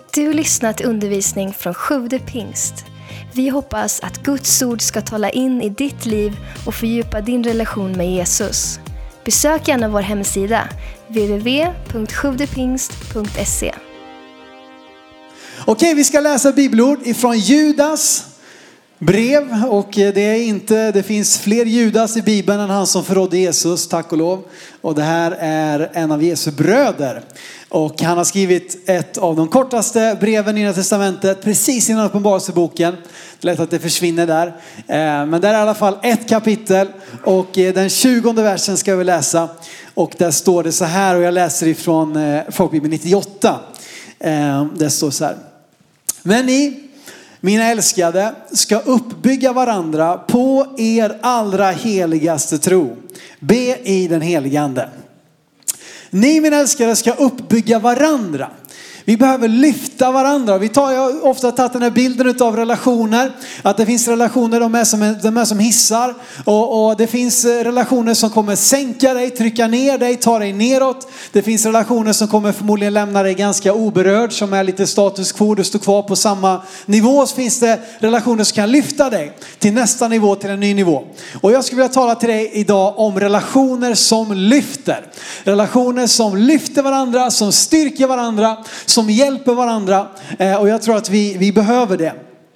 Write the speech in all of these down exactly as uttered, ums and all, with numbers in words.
Du har lyssnat till undervisning från Sjude Pingst. Vi hoppas att Guds ord ska tala in i ditt liv och fördjupa din relation med Jesus. Besök gärna vår hemsida w w w punkt sjuvdepingst punkt se. Okej, vi ska läsa bibelord ifrån Judas brev, och det är inte, det finns fler Judas i Bibeln än han som förrådde Jesus, tack och lov. Och det här är en av Jesu bröder. Och han har skrivit ett av de kortaste breven i Nya testamentet precis innan Uppenbarelseboken. Det är lätt att det försvinner där. Men där är i alla fall ett kapitel, och den tjugonde versen ska vi läsa. Och där står det så här, och jag läser ifrån Folkbibeln nittioåtta. Det står så här: Men ni, mina älskade, ska uppbygga varandra på er allra heligaste tro. Be i den helige ande. Ni, mina älskade, ska uppbygga varandra. Vi behöver lyfta varandra. Vi tar ju ofta tagit den här bilden av relationer. Att det finns relationer, de är som, de är som hissar. Och, och det finns relationer som kommer sänka dig, trycka ner dig, ta dig neråt. Det finns relationer som kommer förmodligen lämna dig ganska oberörd, som är lite status quo, du står kvar på samma nivå. Så finns det relationer som kan lyfta dig till nästa nivå, till en ny nivå. Och jag skulle vilja tala till dig idag om relationer som lyfter. Relationer som lyfter varandra, som styrker varandra, som hjälper varandra. Och jag tror att vi, vi behöver det.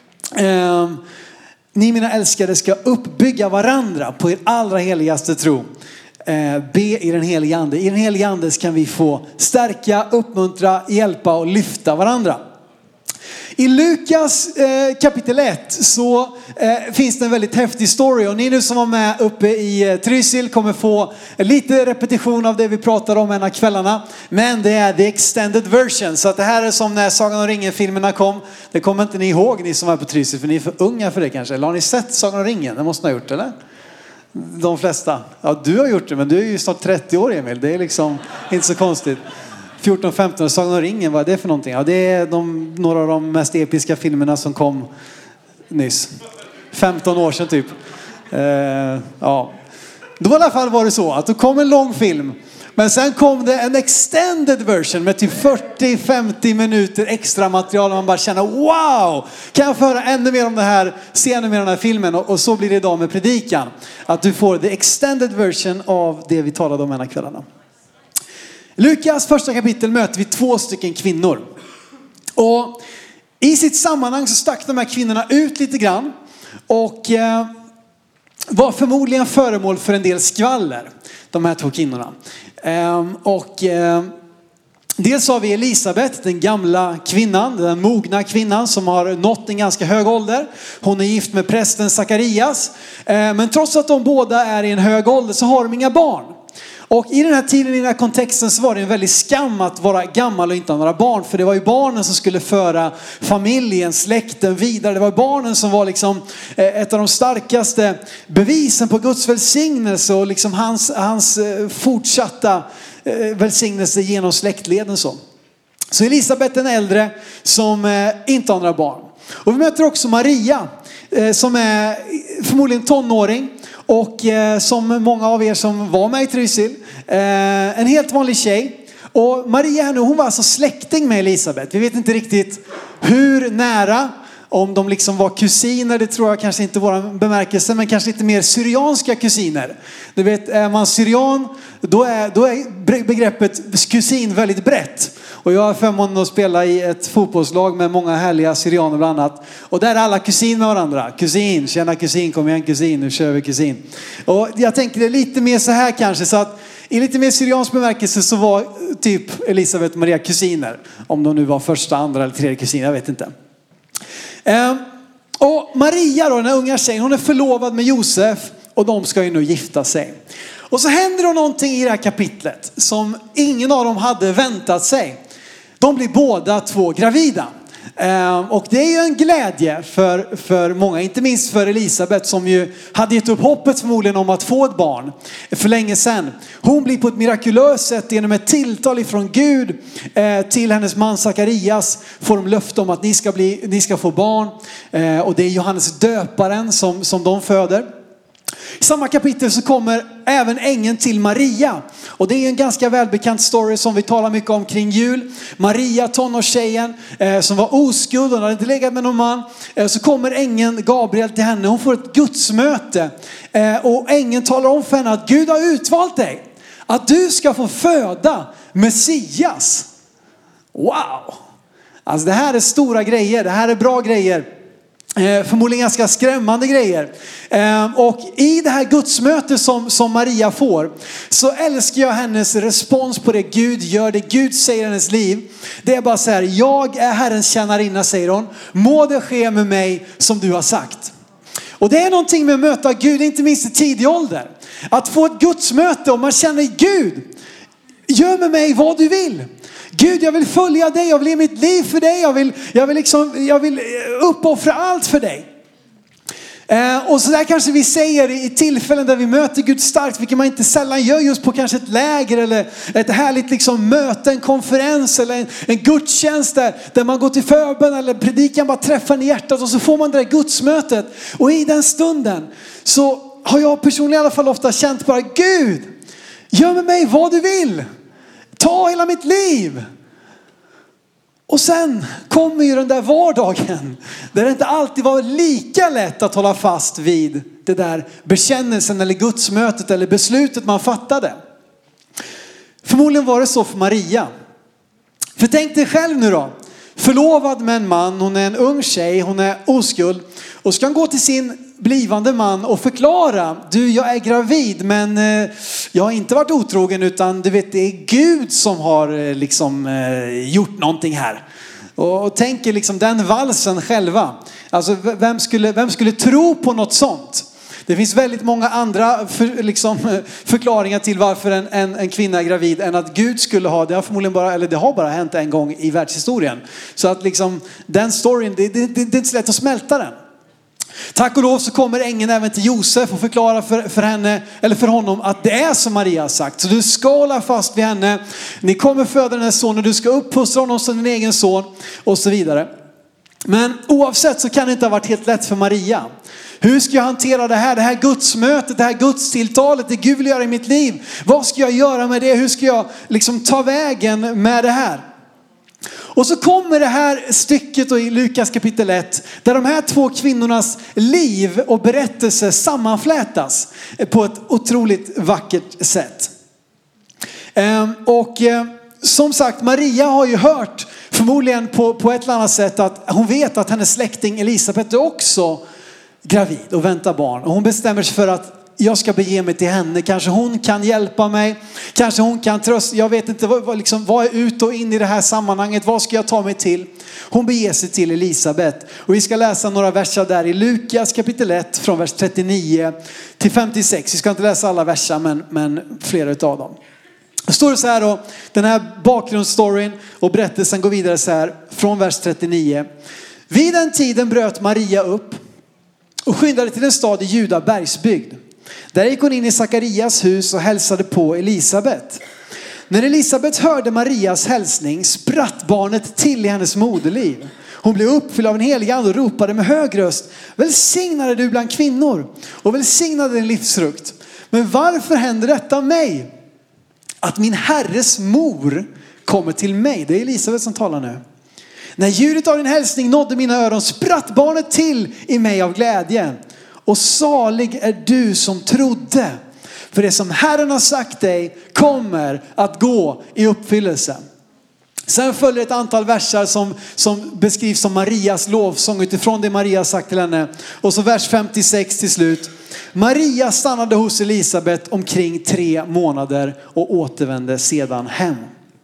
Ni, mina älskade, ska uppbygga varandra på er allra heligaste tro. Be i den heliga ande. I den heliga ande kan vi få stärka, uppmuntra, hjälpa och lyfta varandra. I Lukas eh, kapitel ett så eh, finns det en väldigt häftig story. Och ni nu som var med uppe i eh, Trysil kommer få lite repetition av det vi pratar om en av kvällarna. Men det är the extended version. Så att det här är som när Sagan om ringen-filmerna kom. Det kommer inte ni ihåg, ni som är på Trysil, för ni är för unga för det kanske. Eller har ni sett Sagan om ringen? Det måste ni ha gjort, eller? De flesta. Ja, du har gjort det, men du är ju snart trettio år, Emil. Det är liksom inte så konstigt. fjorton femton, Sagan om ringen, vad är det för någonting? Ja, det är de, några av de mest episka filmerna som kom nyss. femton år sedan typ. Eh, ja. Då i alla fall var det så att det kom en lång film. Men sen kom det en extended version med typ fyrtio femtio minuter extra material. Och man bara känner, wow! Kan jag få höra ännu mer om det här? Se ännu mer om den här filmen? Och, och så blir det idag med predikan. Att du får the extended version av det vi talade om den här kvällarna. Lukas första kapitel möter vi två stycken kvinnor. Och i sitt sammanhang så stack de här kvinnorna ut lite grann. Och eh, var förmodligen föremål för en del skvaller. De här två kvinnorna. Eh, och eh, dels har vi Elisabet, den gamla kvinnan. Den mogna kvinnan som har nått en ganska hög ålder. Hon är gift med prästen Sakarias. Eh, men trots att de båda är i en hög ålder så har de inga barn. Och i den här tiden, i den här kontexten, så var det en väldigt skam att vara gammal och inte ha några barn. För det var ju barnen som skulle föra familjen, släkten vidare. Det var barnen som var liksom ett av de starkaste bevisen på Guds välsignelse och liksom hans, hans fortsatta välsignelse genom släktleden. Så, så Elisabet den äldre som inte har några barn. Och vi möter också Maria som är förmodligen tonåring. Och eh, som många av er som var med i Trysil, eh, en helt vanlig tjej. Och Maria här nu, hon var alltså släkting med Elisabet. Vi vet inte riktigt hur nära, om de liksom var kusiner, det tror jag kanske inte var en bemärkelse, men kanske lite mer syrianska kusiner. Du vet, är man syrian, då är, då är begreppet kusin väldigt brett. Och jag har förmånen att spela i ett fotbollslag med många härliga syrianer bland annat. Och där är alla kusin med varandra. Kusin, tjena kusin, kom igen kusin, nu kör vi kusin. Och jag tänker det är lite mer så här kanske, så att i lite mer syriansk bemärkelse så var typ Elisabet och Maria kusiner. Om de nu var första, andra eller tredje kusiner, jag vet inte. Um, och Maria då, den här unga tjejen, hon är förlovad med Josef och de ska ju nu gifta sig. Och så händer det någonting i det här kapitlet som ingen av dem hade väntat sig. De blir båda två gravida. Um, och det är ju en glädje för, för många, inte minst för Elisabet som ju hade gett upp hoppet förmodligen om att få ett barn för länge sedan. Hon blir på ett mirakulöst sätt genom ett tilltal ifrån Gud eh, till hennes man Sakarias får de löfte om att ni ska, bli, ni ska få barn. Eh, och det är Johannes döparen som, som de föder. I samma kapitel så kommer även ängeln till Maria. Och det är en ganska välbekant story som vi talar mycket om kring jul. Maria, tonårstjejen eh, som var oskuld, hon hade inte legat med någon man. Eh, så kommer ängeln Gabriel till henne, hon får ett gudsmöte. Eh, och ängeln talar om för henne att Gud har utvalt dig. Att du ska få föda Messias. Wow! Alltså det här är stora grejer, det här är bra grejer. Eh, förmodligen ganska skrämmande grejer. Eh, och i det här gudsmötet som, som Maria får, så älskar jag hennes respons på det Gud gör, det Gud säger i hennes liv. Det är bara så här: jag är Herrens tjänarinna, säger hon. Må det ske med mig som du har sagt. Och det är någonting med att möta Gud, inte minst i tidig ålder. Att få ett gudsmöte och man känner Gud, gör med mig vad du vill. Gud, jag vill följa dig, jag vill ge mitt liv för dig, jag vill, jag vill, liksom, jag vill uppoffra allt för dig. Eh, och så där kanske vi säger i tillfällen där vi möter Gud starkt, vilket man inte sällan gör just på kanske ett läger eller ett härligt liksom möte, en konferens eller en, en gudstjänst där, där man går till förbön eller predikan bara träffar i hjärtat och så får man det där gudsmötet. Och i den stunden så har jag personligen i alla fall ofta känt bara: Gud, gör med mig vad du vill. Ta hela mitt liv. Och sen kommer ju den där vardagen där det inte alltid var lika lätt att hålla fast vid det där bekännelsen eller gudsmötet eller beslutet man fattade. Förmodligen var det så för Maria. För tänk dig själv nu då. Förlovad med en man, hon är en ung tjej, hon är oskuld. Och ska han gå till sin blivande man och förklara: du, jag är gravid, men eh, jag har inte varit otrogen, utan du vet, det är Gud som har eh, liksom eh, gjort någonting här. Och, och tänker liksom den valsen själva. Alltså vem skulle, vem skulle tro på något sånt? Det finns väldigt många andra för, liksom, förklaringar till varför en, en, en kvinna är gravid än att Gud skulle ha. Det har förmodligen bara, eller det har bara hänt en gång i världshistorien. Så att liksom den storyn, det, det, det, det är inte så lätt att smälta den. Tack och lov så kommer ängeln även till Josef och förklarar för, för henne, eller för honom, att det är som Maria har sagt. Så du ska hålla fast vid henne. Ni kommer föda den här sonen, du ska uppfostra honom som din egen son och så vidare. Men oavsett så kan det inte ha varit helt lätt för Maria. Hur ska jag hantera det här? Det här gudsmötet, det här gudstilltalet, det Gud vill göra i mitt liv. Vad ska jag göra med det? Hur ska jag liksom ta vägen med det här? Och så kommer det här stycket då i Lukas kapitel ett, där de här två kvinnornas liv och berättelse sammanflätas på ett otroligt vackert sätt. Och som sagt, Maria har ju hört förmodligen på, på ett eller annat sätt att hon vet att hennes släkting Elisabet är också gravid och väntar barn. Och hon bestämmer sig för att jag ska bege mig till henne. Kanske hon kan hjälpa mig. Kanske hon kan trösta. Jag vet inte vad, liksom, vad är ut och in i det här sammanhanget. Vad ska jag ta mig till? Hon beger sig till Elisabet. Och vi ska läsa några verser där i Lukas kapitel ett från vers trettionio till femtiosex. Vi ska inte läsa alla verser, men, men flera utav dem. Det står så här då. Den här bakgrundsstoryn och berättelsen går vidare så här från vers trettionio. Vid den tiden bröt Maria upp och skyndade till en stad i Juda bergsbygd. Där gick hon in i Sakarias hus och hälsade på Elisabet. När Elisabet hörde Marias hälsning spratt barnet till i hennes moderliv. Hon blev uppfylld av en helig ande och ropade med hög röst: välsignade du bland kvinnor och välsignade din livsfrukt. Men varför händer detta mig? Att min herres mor kommer till mig. Det är Elisabet som talar nu. När ljudet av din hälsning nådde mina öron spratt barnet till i mig av glädje. Och salig är du som trodde. För det som Herren har sagt dig kommer att gå i uppfyllelse. Sen följer ett antal versar som, som beskrivs som Marias lovsång utifrån det Maria har sagt till henne. Och så vers femtiosex till slut. Maria stannade hos Elisabet omkring tre månader och återvände sedan hem.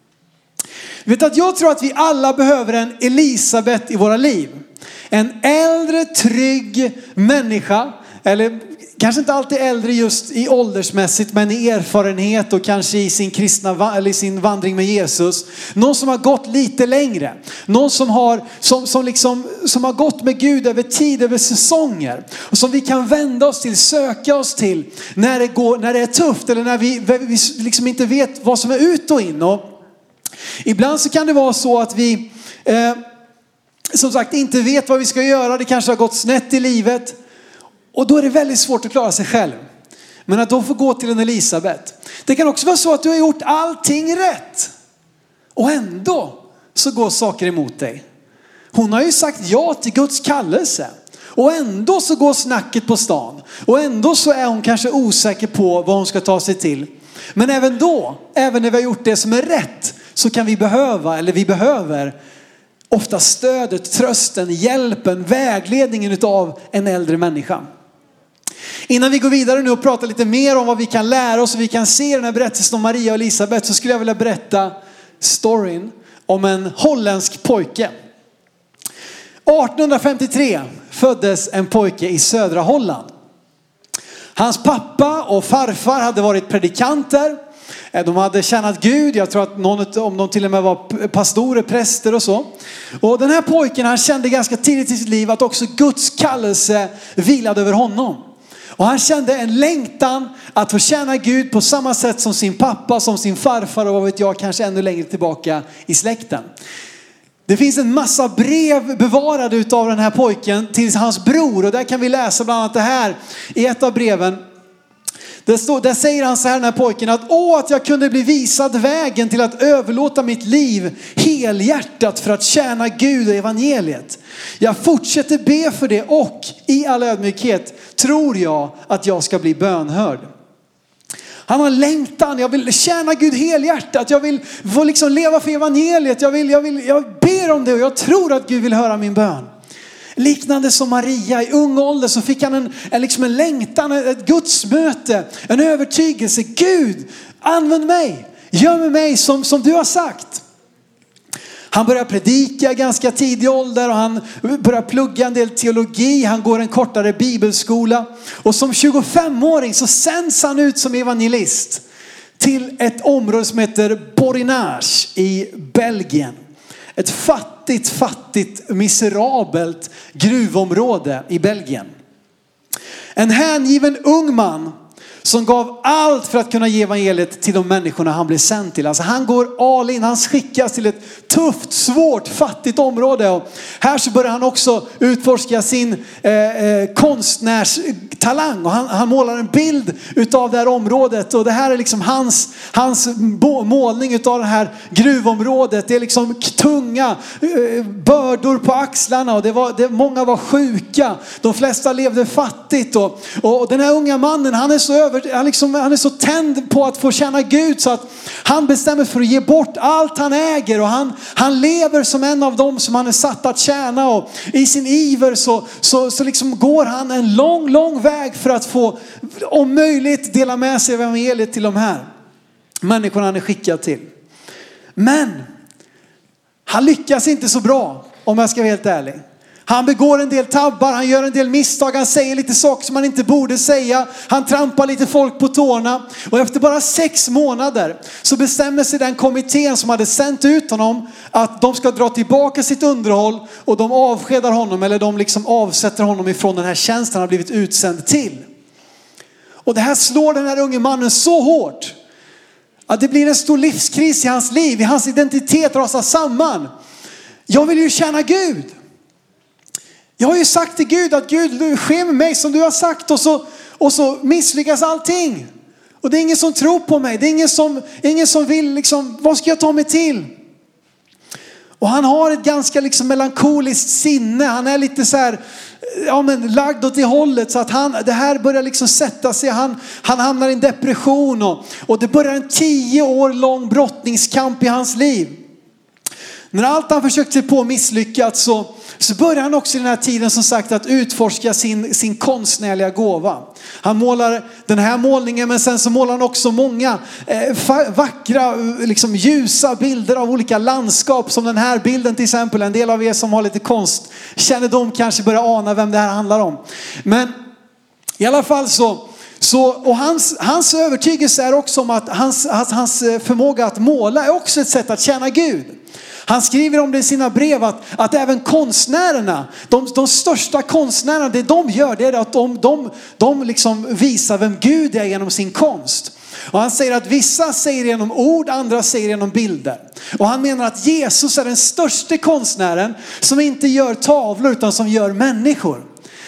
Vet att jag tror att vi alla behöver en Elisabet i våra liv. En äldre, trygg människa. Eller kanske inte alltid äldre just i åldersmässigt, men i erfarenhet och kanske i sin kristna eller i sin vandring med Jesus. Någon som har gått lite längre. Någon som har, som, som liksom, som har gått med Gud över tid, över säsonger. Och som vi kan vända oss till, söka oss till när det, går, när det är tufft. Eller när vi, vi liksom inte vet vad som är ut och in. Och ibland så kan det vara så att vi eh, som sagt inte vet vad vi ska göra. Det kanske har gått snett i livet. Och då är det väldigt svårt att klara sig själv. men att då få gå till en Elisabet. Det kan också vara så att du har gjort allting rätt. Och ändå så går saker emot dig. Hon har ju sagt ja till Guds kallelse. Och ändå så går snacket på stan. Och ändå så är hon kanske osäker på vad hon ska ta sig till. Men även då, även när vi har gjort det som är rätt, så kan vi behöva, eller vi behöver ofta stödet, trösten, hjälpen, vägledningen utav en äldre människa. Innan vi går vidare nu och pratar lite mer om vad vi kan lära oss och vi kan se i den här berättelsen om Maria och Elisabet, så skulle jag vilja berätta storyn om en holländsk pojke. arton femtiotre föddes en pojke i södra Holland. Hans pappa och farfar hade varit predikanter. De hade tjänat Gud. Jag tror att någon, om de till och med var pastorer, präster och så. Och den här pojken, han kände ganska tidigt i sitt liv att också Guds kallelse vilade över honom. Och han kände en längtan att få tjäna Gud på samma sätt som sin pappa, som sin farfar och vad vet jag, kanske ännu längre tillbaka i släkten. Det finns en massa brev bevarade utav den här pojken till hans bror. Och där kan vi läsa bland annat det här i ett av breven. Där, står, där säger han så här, den här pojken, att åh, att jag kunde bli visad vägen till att överlåta mitt liv helhjärtat för att tjäna Gud och evangeliet. Jag fortsätter be för det och i all ödmjukhet tror jag att jag ska bli bönhörd. Han har längtan, jag vill tjäna Gud helhjärtat. Jag vill få liksom leva för evangeliet. Jag, vill, jag, vill, jag ber om det och jag tror att Gud vill höra min bön. Liknande som Maria, i ung ålder så fick han en, en, liksom en längtan, ett gudsmöte, en övertygelse. Gud, använd mig, gör med mig som, som du har sagt. Han börjar predika ganska tidig ålder och han börjar plugga en del teologi. Han går en kortare bibelskola. Och som tjugofemåring så sänds han ut som evangelist till ett område som heter Borinage i Belgien. Ett fattigt, fattigt, miserabelt gruvområde i Belgien. En hängiven ung man som gav allt för att kunna ge evangeliet till de människorna han blev sänd till. Alltså han går all in, han skickas till ett tufft, svårt, fattigt område. Och här så börjar han också utforska sin eh, eh, konstnärstalang. Och han, han målar en bild utav det här området. Och det här är liksom hans, hans målning utav det här gruvområdet. Det är liksom tunga eh, bördor på axlarna. Och det var, det, många var sjuka. De flesta levde fattigt. Och, och den här unga mannen, han är så över Han, liksom, han är så tänd på att få känna Gud så att han bestämmer för att ge bort allt han äger. Och han, han lever som en av dem som han är satt att tjäna. Och i sin iver så, så, så liksom går han en lång, lång väg för att få om möjligt dela med sig av evangeliet till de här människorna han är skickad till. Men han lyckas inte så bra, om jag ska vara helt ärlig. Han begår en del tabbar, han gör en del misstag, han säger lite saker som han inte borde säga. Han trampar lite folk på tårna. Och efter bara sex månader så bestämmer sig den kommittén som hade sänt ut honom att de ska dra tillbaka sitt underhåll och de avskedar honom, eller de liksom avsätter honom ifrån den här tjänsten han har blivit utsänd till. Och det här slår den här unge mannen så hårt att det blir en stor livskris i hans liv, i hans identitet rasar samman. Jag vill ju tjäna Gud. Jag har ju sagt till Gud att Gud, sker med mig som du har sagt, och så, och så misslyckas allting. Och det är ingen som tror på mig. Det är ingen som, ingen som vill liksom, vad ska jag ta mig till? Och han har ett ganska liksom melankoliskt sinne. Han är lite så här, ja men lagd åt det hållet så att han, det här börjar liksom sätta sig. Han, han hamnar i en depression och, och det börjar en tio år lång brottningskamp i hans liv. När allt han försökt sig på misslyckats så, så börjar han också i den här tiden som sagt att utforska sin, sin konstnärliga gåva. Han målar den här målningen, men sen så målar han också många eh, vackra, liksom ljusa bilder av olika landskap. Som den här bilden till exempel. En del av er som har lite konstkännedom kanske börjar ana vem det här handlar om. Men i alla fall så... Så, och hans, hans övertygelse är också om att hans, att hans förmåga att måla är också ett sätt att tjäna Gud. Han skriver om det i sina brev att, att även konstnärerna, de, de största konstnärerna, det de gör det är att de, de, de liksom visar vem Gud är genom sin konst. Och han säger att vissa säger genom ord, andra säger genom bilder. Och han menar att Jesus är den största konstnären som inte gör tavlor utan som gör människor.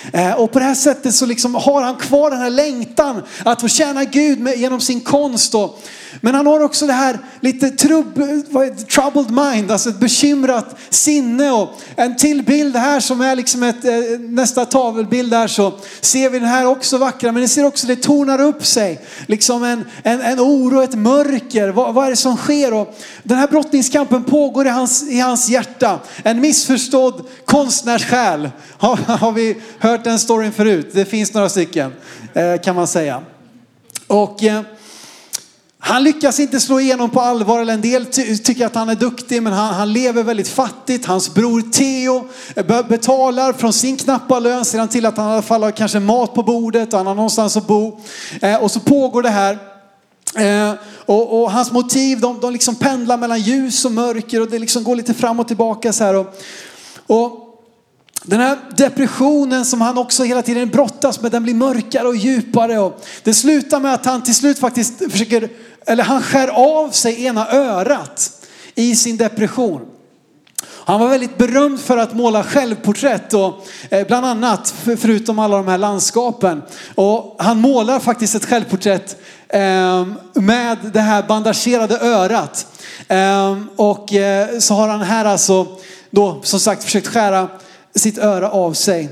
Eh, och på det här sättet så liksom har han kvar den här längtan att få tjäna Gud med, genom sin konst. Och, men han har också det här lite trub, troubled mind, alltså ett bekymrat sinne. Och en till bild här som är liksom ett, eh, nästa tavelbild där, så ser vi den här också vackra. Men det ser också, det tornar upp sig. Liksom en, en, en oro, ett mörker. Vad, vad är det som sker? Och den här brottningskampen pågår i hans, i hans hjärta. En missförstådd konstnärssjäl. Har, har vi hört den storyn förut? Det finns några stycken, eh, kan man säga. Och eh, han lyckas inte slå igenom på allvar. Eller en del ty- tycker att han är duktig, men han, han lever väldigt fattigt. Hans bror Theo betalar från sin knappa lön, sedan till att han i alla fall har kanske mat på bordet och han har någonstans att bo. Eh, och så pågår det här. Eh, och, och hans motiv, de, de liksom pendlar mellan ljus och mörker, och det liksom går lite fram och tillbaka så här. Och, och den här depressionen som han också hela tiden brottas med, den blir mörkare och djupare. Och det slutar med att han till slut faktiskt försöker, eller han skär av sig ena örat i sin depression. Han var väldigt berömd för att måla självporträtt, och eh, bland annat för, förutom alla de här landskapen. Och han målar faktiskt ett självporträtt eh, med det här bandagerade örat. Eh, och eh, så har han här alltså då som sagt försökt skära sitt öra av sig.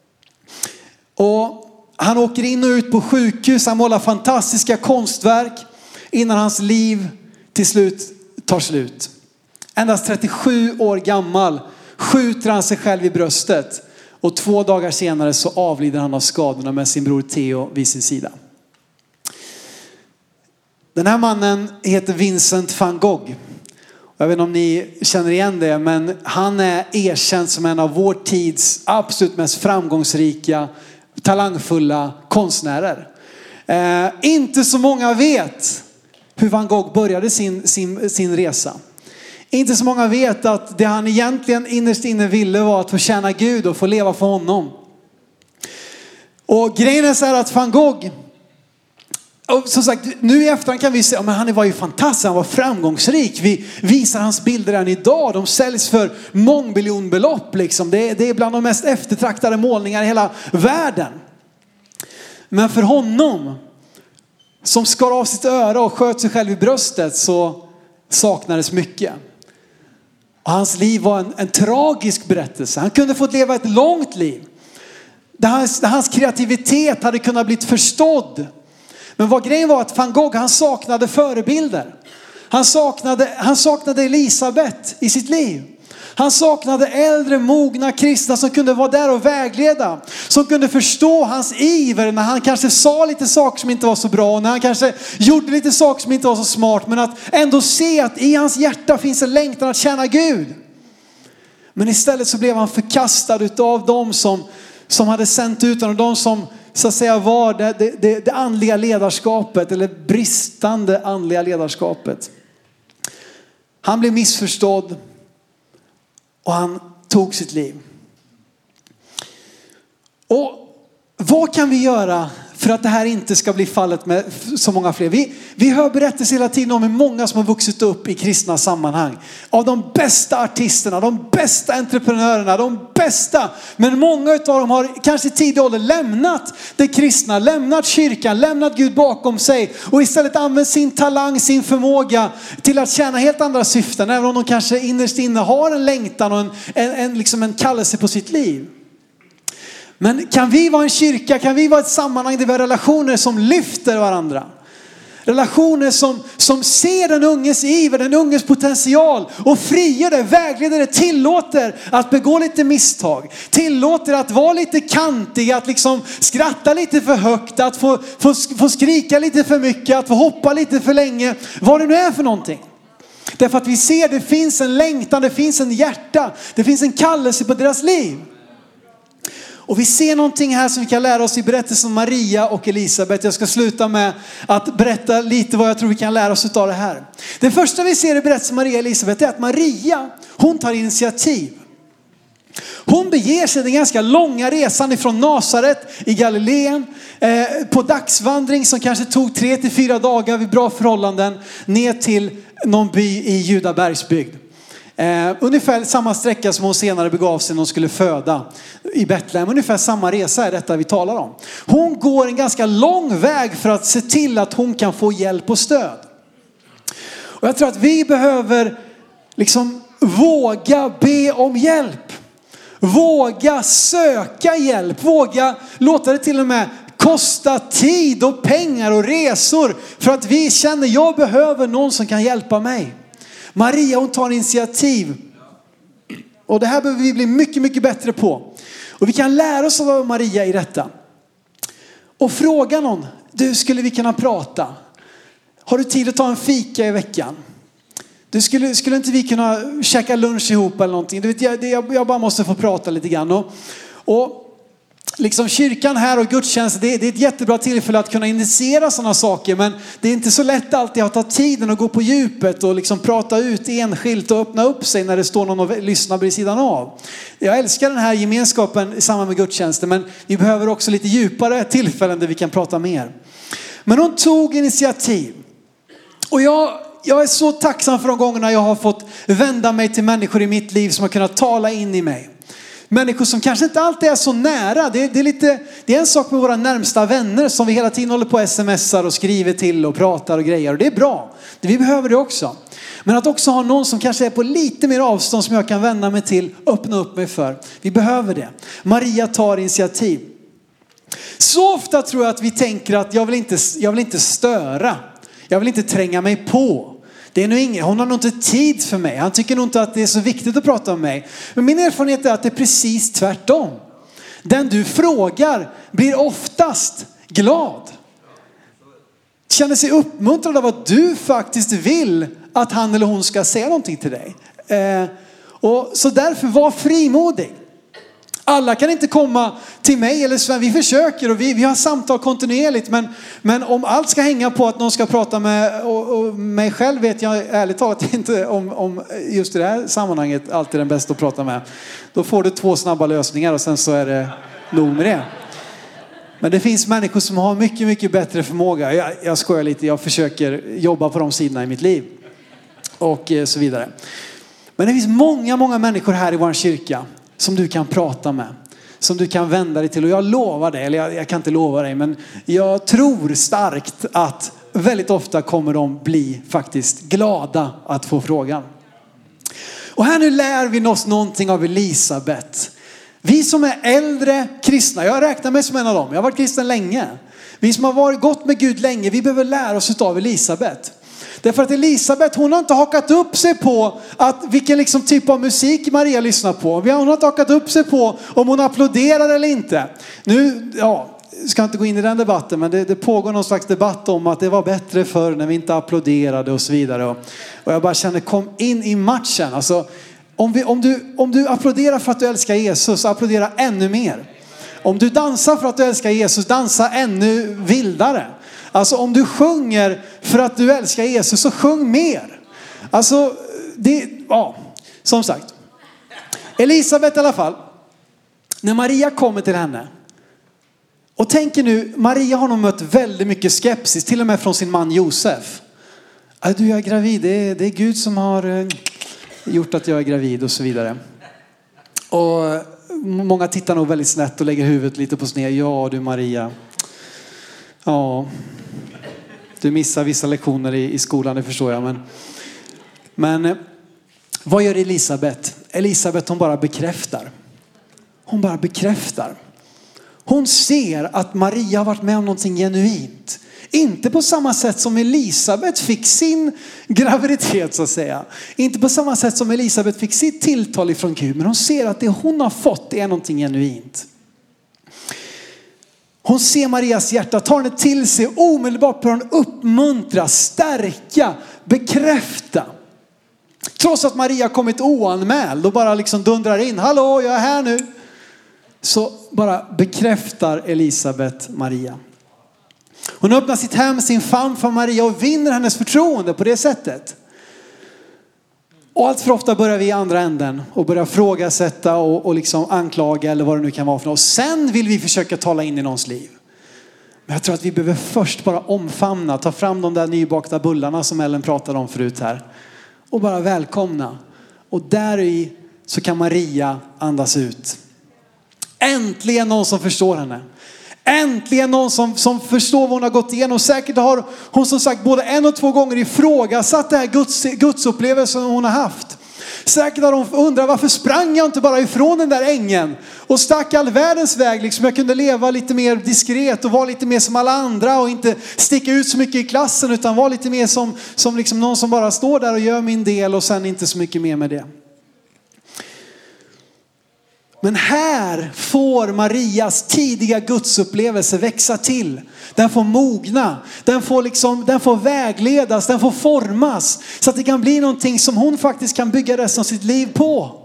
Och han åker in och ut på sjukhus. Han målar fantastiska konstverk innan hans liv till slut tar slut. Endast trettiosju år gammal skjuter han sig själv i bröstet. Och två dagar senare så avlider han av skadorna med sin bror Theo vid sin sida. Den här mannen heter Vincent van Gogh. Jag vet inte om ni känner igen det, men han är erkänd som en av vår tids absolut mest framgångsrika, talangfulla konstnärer. Eh, inte så många vet hur Van Gogh började sin, sin, sin resa. Inte så många vet att det han egentligen innerst inne ville var att få tjäna Gud och få leva för honom. Och grejen är så här att Van Gogh, och som sagt, nu i efterhand kan vi säga, men han var ju fantastisk, han var framgångsrik. Vi visar hans bilder än idag. De säljs för mångmiljonbelopp liksom. Det är, det är bland de mest eftertraktade målningar i hela världen. Men för honom, som skar av sitt öra och sköt sig själv i bröstet, så saknades mycket. Och hans liv var en, en tragisk berättelse. Han kunde fått leva ett långt liv. Där hans, där hans kreativitet hade kunnat bli förstådd. Men vad grejen var att Van Gogh, han saknade förebilder. Han saknade, han saknade Elisabeth i sitt liv. Han saknade äldre, mogna kristna som kunde vara där och vägleda. Som kunde förstå hans iver när han kanske sa lite saker som inte var så bra. När han kanske gjorde lite saker som inte var så smart. Men att ändå se att i hans hjärta finns en längtan att tjäna Gud. Men istället så blev han förkastad utav de som, som hade sänt ut honom. De som så att säga var det, det, det, det andliga ledarskapet, eller bristande andliga ledarskapet. Han blev missförstådd och han tog sitt liv. Och vad kan vi göra för att det här inte ska bli fallet med så många fler? Vi, vi hör berättelser hela tiden om hur många som har vuxit upp i kristna sammanhang. Av de bästa artisterna, de bästa entreprenörerna, de bästa. Men många av dem har kanske i tidig ålder lämnat det kristna, lämnat kyrkan, lämnat Gud bakom sig. Och istället använt sin talang, sin förmåga till att tjäna helt andra syften. Även om de kanske innerst inne har en längtan och en, en, en, liksom en kallelse på sitt liv. Men kan vi vara en kyrka, kan vi vara ett sammanhang där vi har relationer som lyfter varandra? Relationer som, som ser den unges iver, den unges potential och frigör det, vägleder det, tillåter att begå lite misstag. Tillåter att vara lite kantig, att liksom skratta lite för högt, att få, få, få skrika lite för mycket, att få hoppa lite för länge. Vad det nu är för någonting. Därför att vi ser det finns en längtan, det finns en hjärta, det finns en kallelse på deras liv. Och vi ser någonting här som vi kan lära oss i berättelsen om Maria och Elisabeth. Jag ska sluta med att berätta lite vad jag tror vi kan lära oss av det här. Det första vi ser i berättelsen om Maria och Elisabeth är att Maria, hon tar initiativ. Hon beger sig den ganska långa resan ifrån Nasaret i Galileen eh, på dagsvandring som kanske tog tre till fyra dagar vid bra förhållanden ner till någon by i Judabergsbygd. Eh, ungefär samma sträcka som hon senare begav sig när hon skulle föda i Betlehem. Ungefär samma resa är detta vi talar om. Hon går en ganska lång väg för att se till att hon kan få hjälp och stöd. Och jag tror att vi behöver liksom våga be om hjälp. Våga söka hjälp. Våga låta det till och med kosta tid och pengar och resor. För att vi känner att jag behöver någon som kan hjälpa mig. Maria, hon tar initiativ. Och det här behöver vi bli mycket, mycket bättre på. Och vi kan lära oss av Maria i detta. Och fråga någon. Du, skulle vi kunna prata? Har du tid att ta en fika i veckan? Du skulle, skulle inte vi kunna käka lunch ihop eller någonting? Du vet, jag, jag, jag bara måste få prata lite grann. Och, och liksom kyrkan här och gudstjänst, det, det är ett jättebra tillfälle att kunna initiera sådana saker. Men det är inte så lätt alltid att ta tiden och gå på djupet och liksom prata ut enskilt och öppna upp sig när det står någon och lyssnar vid sidan av. Jag älskar den här gemenskapen i samband med gudstjänsten, men vi behöver också lite djupare tillfällen där vi kan prata mer. Men hon tog initiativ. Och jag... Jag är så tacksam för de gångerna jag har fått vända mig till människor i mitt liv som har kunnat tala in i mig. Människor som kanske inte alltid är så nära. Det är, det är, lite, det är en sak med våra närmsta vänner som vi hela tiden håller på smsar och skriver till och pratar och grejer. Och det är bra. Vi behöver det också. Men att också ha någon som kanske är på lite mer avstånd som jag kan vända mig till, öppna upp mig för. Vi behöver det. Maria tar initiativ. Så ofta tror jag att vi tänker att jag vill inte, jag vill inte störa. Jag vill inte tränga mig på. Det är nog ingen, hon har nog inte tid för mig. Han tycker nog inte att det är så viktigt att prata om mig. Men min erfarenhet är att det är precis tvärtom. Den du frågar blir oftast glad. Känner sig uppmuntrad av att du faktiskt vill att han eller hon ska säga någonting till dig. Eh, och så därför var frimodig. Alla kan inte komma till mig eller Sven. Vi försöker och vi, vi har samtal kontinuerligt. Men, men om allt ska hänga på att någon ska prata med och, och mig själv, vet jag ärligt talat inte om, om just i det här sammanhanget alltid den bästa att prata med. Då får du två snabba lösningar och sen så är det nog med det. Men det finns människor som har mycket, mycket bättre förmåga. Jag, jag skojar lite. Jag försöker jobba på de sidorna i mitt liv. Och så vidare. Men det finns många, många människor här i vår kyrka som du kan prata med. Som du kan vända dig till. Och jag lovar dig, eller jag, jag kan inte lova dig, men jag tror starkt att väldigt ofta kommer de bli faktiskt glada att få frågan. Och här nu lär vi oss någonting av Elisabet. Vi som är äldre kristna, jag räknar mig som en av dem. Jag har varit kristen länge. Vi som har varit gått med Gud länge, vi behöver lära oss av Elisabet. Därför att Elisabet, hon har inte hakat upp sig på att vilken liksom typ av musik Maria lyssnar på. Hon har inte hakat upp sig på om hon applåderar eller inte. Nu, ja, ska inte gå in i den debatten, men det, det pågår någon slags debatt om att det var bättre förr när vi inte applåderade och så vidare. Och, och jag bara känner, kom in i matchen. Alltså, om, vi, om, du, om du applåderar för att du älskar Jesus, applådera ännu mer. Om du dansar för att du älskar Jesus, dansa ännu vildare. Alltså om du sjunger för att du älskar Jesus, så sjung mer. Alltså, det, ja, som sagt. Elisabet i alla fall. När Maria kommer till henne. Och tänker nu, Maria har nog mött väldigt mycket skepsis. Till och med från sin man Josef. Du är gravid, det är, det är Gud som har gjort att jag är gravid och så vidare. Och många tittar nog väldigt snett och lägger huvudet lite på sned. Ja du Maria. Ja, du missar vissa lektioner i, i skolan, det förstår jag. Men, men vad gör Elisabet? Elisabet, hon bara bekräftar. Hon bara bekräftar. Hon ser att Maria har varit med om någonting genuint. Inte på samma sätt som Elisabet fick sin graviditet så att säga. Inte på samma sätt som Elisabet fick sitt tilltal ifrån Gud. Men hon ser att det hon har fått är någonting genuint. Hon ser Marias hjärta, tar henne till sig, omedelbart börjar hon uppmuntra, stärka, bekräfta. Trots att Maria kommit oanmäld och bara liksom dundrar in, hallå jag är här nu. Så bara bekräftar Elisabet Maria. Hon öppnar sitt hem, sin famn för Maria och vinner hennes förtroende på det sättet. Och allt för ofta börjar vi i andra änden och börjar frågasätta och, och liksom anklaga eller vad det nu kan vara för något. Och sen vill vi försöka tala in i någons liv. Men jag tror att vi behöver först bara omfamna, ta fram de där nybakta bullarna som Ellen pratade om förut här. Och bara välkomna. Och där i så kan Maria andas ut. Äntligen någon som förstår henne. Äntligen någon som, som förstår vad hon har gått igenom. Säkert har hon som sagt både en och två gånger ifrågasatt det här Guds, Guds upplevelsen hon har haft. Säkert har hon undrat varför sprang jag inte bara ifrån den där ängen och stack all världens väg. Liksom jag kunde leva lite mer diskret och vara lite mer som alla andra och inte sticka ut så mycket i klassen utan vara lite mer som, som liksom någon som bara står där och gör min del och sen inte så mycket mer med det. Men här får Marias tidiga gudsupplevelse växa till. Den får mogna. Den får, liksom, den får vägledas. Den får formas. Så att det kan bli någonting som hon faktiskt kan bygga resten av sitt liv på.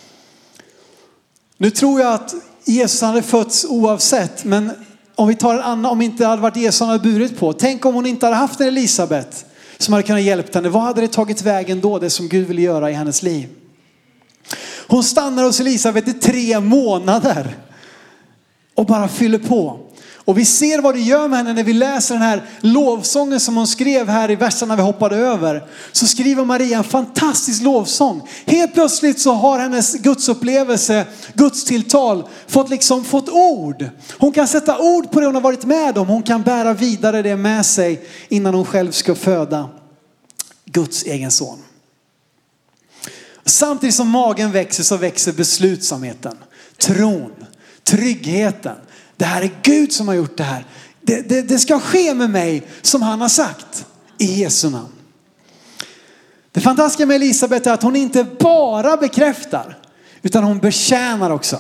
Nu tror jag att Jesus hade fötts oavsett. Men om vi tar en annan, om inte det hade varit Jesus han hade burit på. Tänk om hon inte hade haft en Elisabet som hade kunnat hjälpa henne. Vad hade det tagit vägen då? Det som Gud ville göra i hennes liv. Hon stannar hos Elisabet i tre månader och bara fyller på. Och vi ser vad det gör med henne när vi läser den här lovsången som hon skrev här i verserna vi hoppade över. Så skriver Maria en fantastisk lovsång. Helt plötsligt så har hennes gudsupplevelse, gudstilltal fått liksom fått ord. Hon kan sätta ord på det hon har varit med om. Hon kan bära vidare det med sig innan hon själv ska föda Guds egen son. Samtidigt som magen växer så växer beslutsamheten, tron, tryggheten. Det här är Gud som har gjort det här. Det, det, det ska ske med mig som han har sagt i Jesu namn. Det fantastiska med Elisabet är att hon inte bara bekräftar utan hon betjänar också.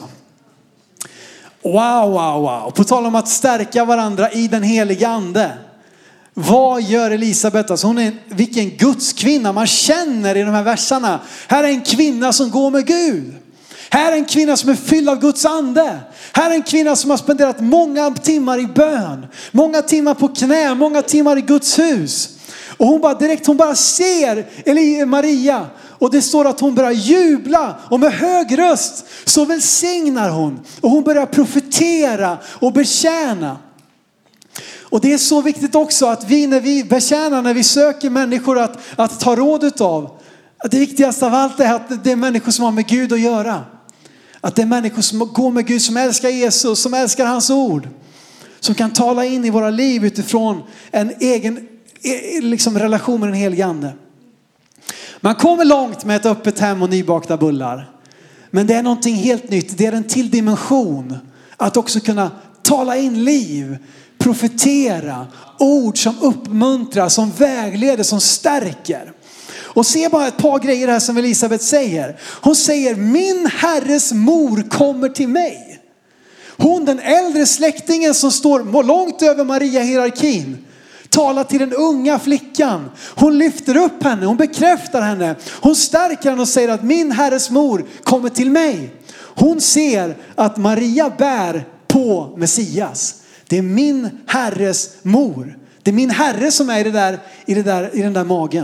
Wow, wow, wow. På tal om att stärka varandra i den heliga ande. Vad gör Elisabet? Alltså hon är vilken Guds kvinna man känner i de här verserna. Här är en kvinna som går med Gud. Här är en kvinna som är fylld av Guds ande. Här är en kvinna som har spenderat många timmar i bön. Många timmar på knä, många timmar i Guds hus. Och hon bara direkt, hon bara ser eller Maria. Och det står att hon börjar jubla och med hög röst så välsignar hon. Och hon börjar profetera och betjäna. Och det är så viktigt också att vi när vi betjänar, när vi söker människor att, att ta rådet av. Att det viktigaste av allt är att det är människor som har med Gud att göra. Att det är människor som går med Gud, som älskar Jesus, som älskar hans ord. Som kan tala in i våra liv utifrån en egen liksom, relation med den helige ande. Man kommer långt med ett öppet hem och nybakta bullar. Men det är någonting helt nytt. Det är en till dimension. Att också kunna tala in liv. Profetera. Ord som uppmuntrar, som vägleder, som stärker. Och se bara ett par grejer här som Elisabet säger. Hon säger, min herres mor kommer till mig. Hon, den äldre släktingen som står långt över Maria-hierarkin, talar till den unga flickan. Hon lyfter upp henne, hon bekräftar henne. Hon stärker henne och säger att min herres mor kommer till mig. Hon ser att Maria bär på Messias. Det är min herres mor. Det är min herre som är i, det där, i, det där, i den där magen.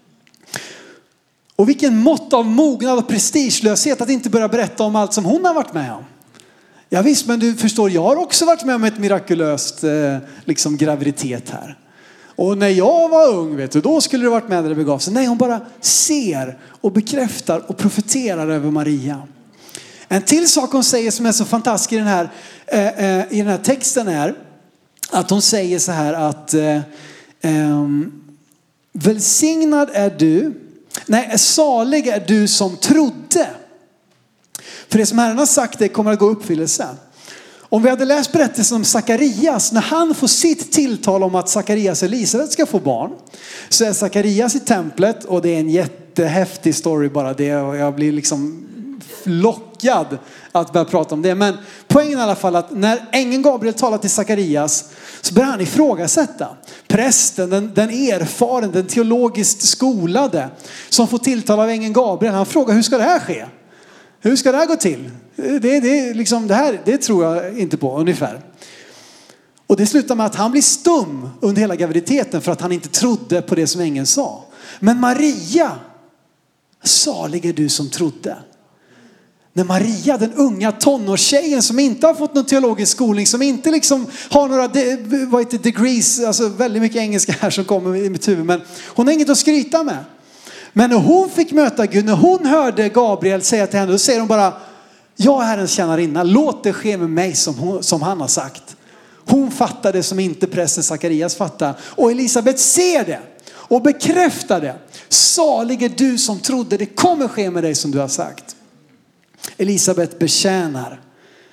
Och vilken mått av mognad och prestigelöshet att inte börja berätta om allt som hon har varit med om. Ja visst, men du förstår, jag har också varit med om ett mirakulöst eh, liksom graviditet här. Och när jag var ung, vet du, då skulle du varit med när det begav sig. Nej, hon bara ser och bekräftar och profeterar över Maria. En till sak hon säger som är så fantastisk i den här, eh, eh, i den här texten är att hon säger så här att eh, eh, välsignad är du. Nej, salig är du som trodde. För det som Herren har sagt det kommer att gå uppfyllelse. Om vi hade läst berättelsen om Sakarias, när han får sitt tilltal om att Sakarias och Elisabet ska få barn, så är Sakarias i templet och det är en jättehäftig story bara det, och jag blir liksom lockad att börja prata om det. Men poängen i alla fall att när ängeln Gabriel talar till Sakarias så börjar han ifrågasätta. Prästen, den, den erfaren, den teologiskt skolade som får tilltal av ängeln Gabriel, han frågar hur ska det här ske? Hur ska det här gå till? Det, det, liksom, det här det tror jag inte på ungefär. Och det slutar med att han blir stum under hela graviditeten för att han inte trodde på det som ängeln sa. Men Maria, salig är du som trodde. När Maria, den unga tonårstjejen som inte har fått någon teologisk skolning, som inte liksom har några de, vad heter degrees, alltså väldigt mycket engelska här som kommer i mitt huvud, men hon har inget att skryta med. Men när hon fick möta Gud, när hon hörde Gabriel säga till henne, då säger hon bara: jag är Herrens tjänarinna, låt det ske med mig som, hon, som han har sagt. Hon fattar det som inte prästen Sakarias fattar. Och Elisabet ser det och bekräftar det. Salig är du som trodde, det kommer ske med dig som du har sagt. Elisabet betjänar.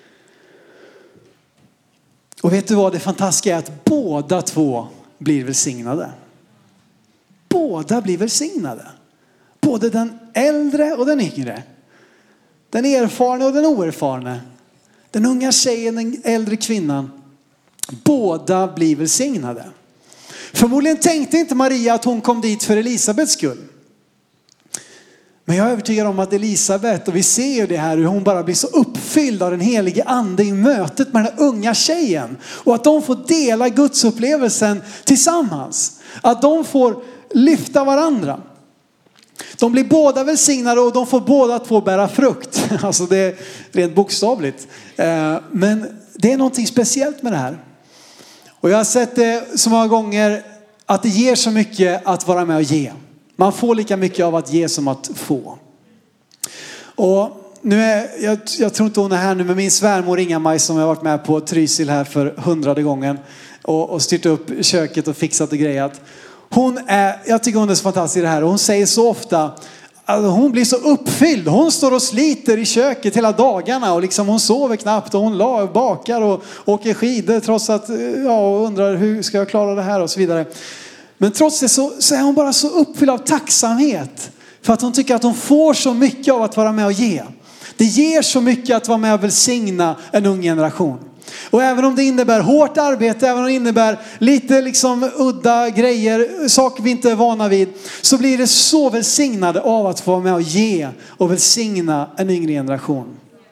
Och vet du vad det fantastiska är? Att båda två blir välsignade. Båda blir välsignade. Både den äldre och den yngre. Den erfarne och den oerfarne. Den unga tjejen, den äldre kvinnan. Båda blir välsignade. Förmodligen tänkte inte Maria att hon kom dit för Elisabets skull. Men jag är övertygad om att Elisabet, och vi ser ju det här, hur hon bara blir så uppfylld av den helige ande i mötet med den här unga tjejen. Och att de får dela Guds upplevelsen tillsammans. Att de får lyfta varandra. De blir båda välsignade och de får båda två bära frukt. Alltså det är rent bokstavligt. Men det är någonting speciellt med det här. Och jag har sett det så många gånger att det ger så mycket att vara med och ge. Man får lika mycket av att ge som att få. Och nu är, jag, jag tror inte hon är här nu, men min svärmor Inga-Maj som jag har varit med på Trysil här för hundrade gången. Och, och styrt upp köket och fixat och grejat. Hon är, jag tycker hon är så fantastisk i det här. Och hon säger så ofta, alltså hon blir så uppfylld. Hon står och sliter i köket hela dagarna. Och liksom hon sover knappt. Och hon la, bakar och åker skidor. Trots att, ja, och undrar hur ska jag klara det här och så vidare. Men trots det så, så är hon bara så uppfylld av tacksamhet. För att hon tycker att hon får så mycket av att vara med och ge. Det ger så mycket att vara med och välsigna en ung generation. Och även om det innebär hårt arbete, även om det innebär lite liksom udda grejer, saker vi inte är vana vid, så blir det så välsignade av att få vara med och ge och välsigna en yngre generation.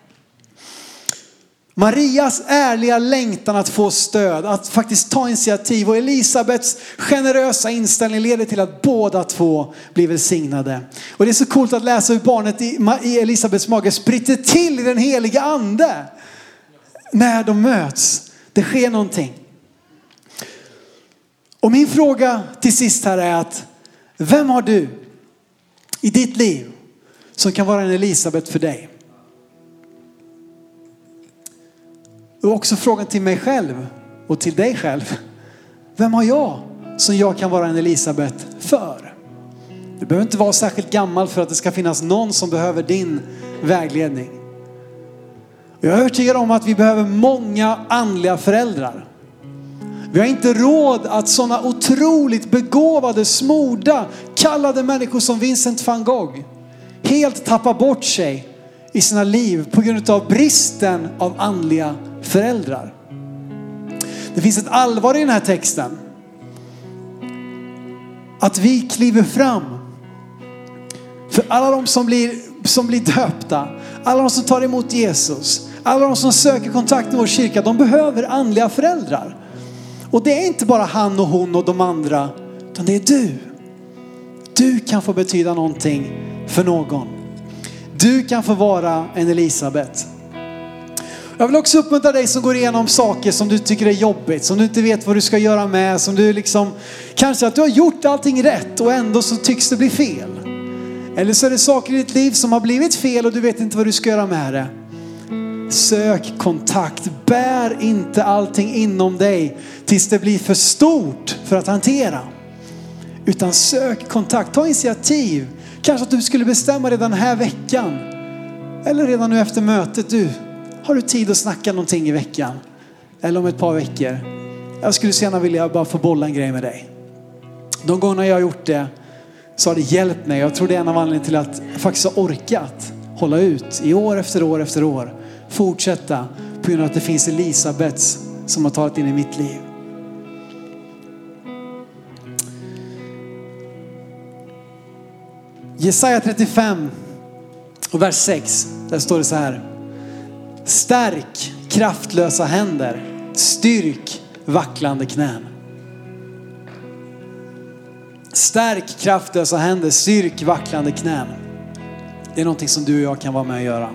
Marias ärliga längtan att få stöd, att faktiskt ta initiativ, och Elisabets generösa inställning leder till att båda två blir välsignade. Och det är så coolt att läsa hur barnet i Elisabets mage spritter till i den heliga ande. När de möts. Det sker någonting. Och min fråga till sist här är att vem har du i ditt liv som kan vara en Elisabet för dig? Och också frågan till mig själv och till dig själv. Vem har jag som jag kan vara en Elisabet för? Du behöver inte vara särskilt gammal för att det ska finnas någon som behöver din vägledning. Jag är övertygad om att vi behöver många andliga föräldrar. Vi har inte råd att sådana otroligt begåvade, smorda, kallade människor som Vincent van Gogh helt tappar bort sig i sina liv på grund av bristen av andliga föräldrar. Det finns ett allvar i den här texten. Att vi kliver fram för alla de som blir, som blir döpta. Alla de som tar emot Jesus. Alla de som söker kontakt med vår kyrka. De behöver andliga föräldrar. Och det är inte bara han och hon och de andra. Utan det är du. Du kan få betyda någonting för någon. Du kan få vara en Elisabet. Jag vill också uppmuntra dig som går igenom saker som du tycker är jobbigt. Som du inte vet vad du ska göra med. Som du liksom, kanske att du har gjort allting rätt och ändå så tycks det bli fel. Eller så är det saker i ditt liv som har blivit fel och du vet inte vad du ska göra med det. Sök kontakt. Bär inte allting inom dig tills det blir för stort för att hantera. Utan sök kontakt. Ta initiativ. Kanske att du skulle bestämma redan den här veckan. Eller redan nu efter mötet. Du, har du tid att snacka någonting i veckan? Eller om ett par veckor? Jag skulle så gärna vilja bara få bolla en grej med dig. De gånger jag har gjort det så har det hjälpt mig. Jag tror det är en av anledningarna till att jag faktiskt har orkat hålla ut i år efter år efter år. Fortsätta på grund av att det finns Elisabets som har tagit in i mitt liv. Jesaja trettiofem och vers sex. Där står det så här. Stärk kraftlösa händer. Styrk vacklande knän. Stärk kraftlösa händer. Styrk vacklande knän. Det är någonting som du och jag kan vara med och göra.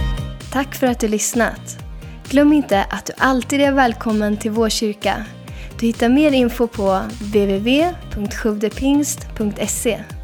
Tack för att du lyssnat. Glöm inte att du alltid är välkommen till vår kyrka. Du hittar mer info på w w w punkt sjuvdepingst punkt se.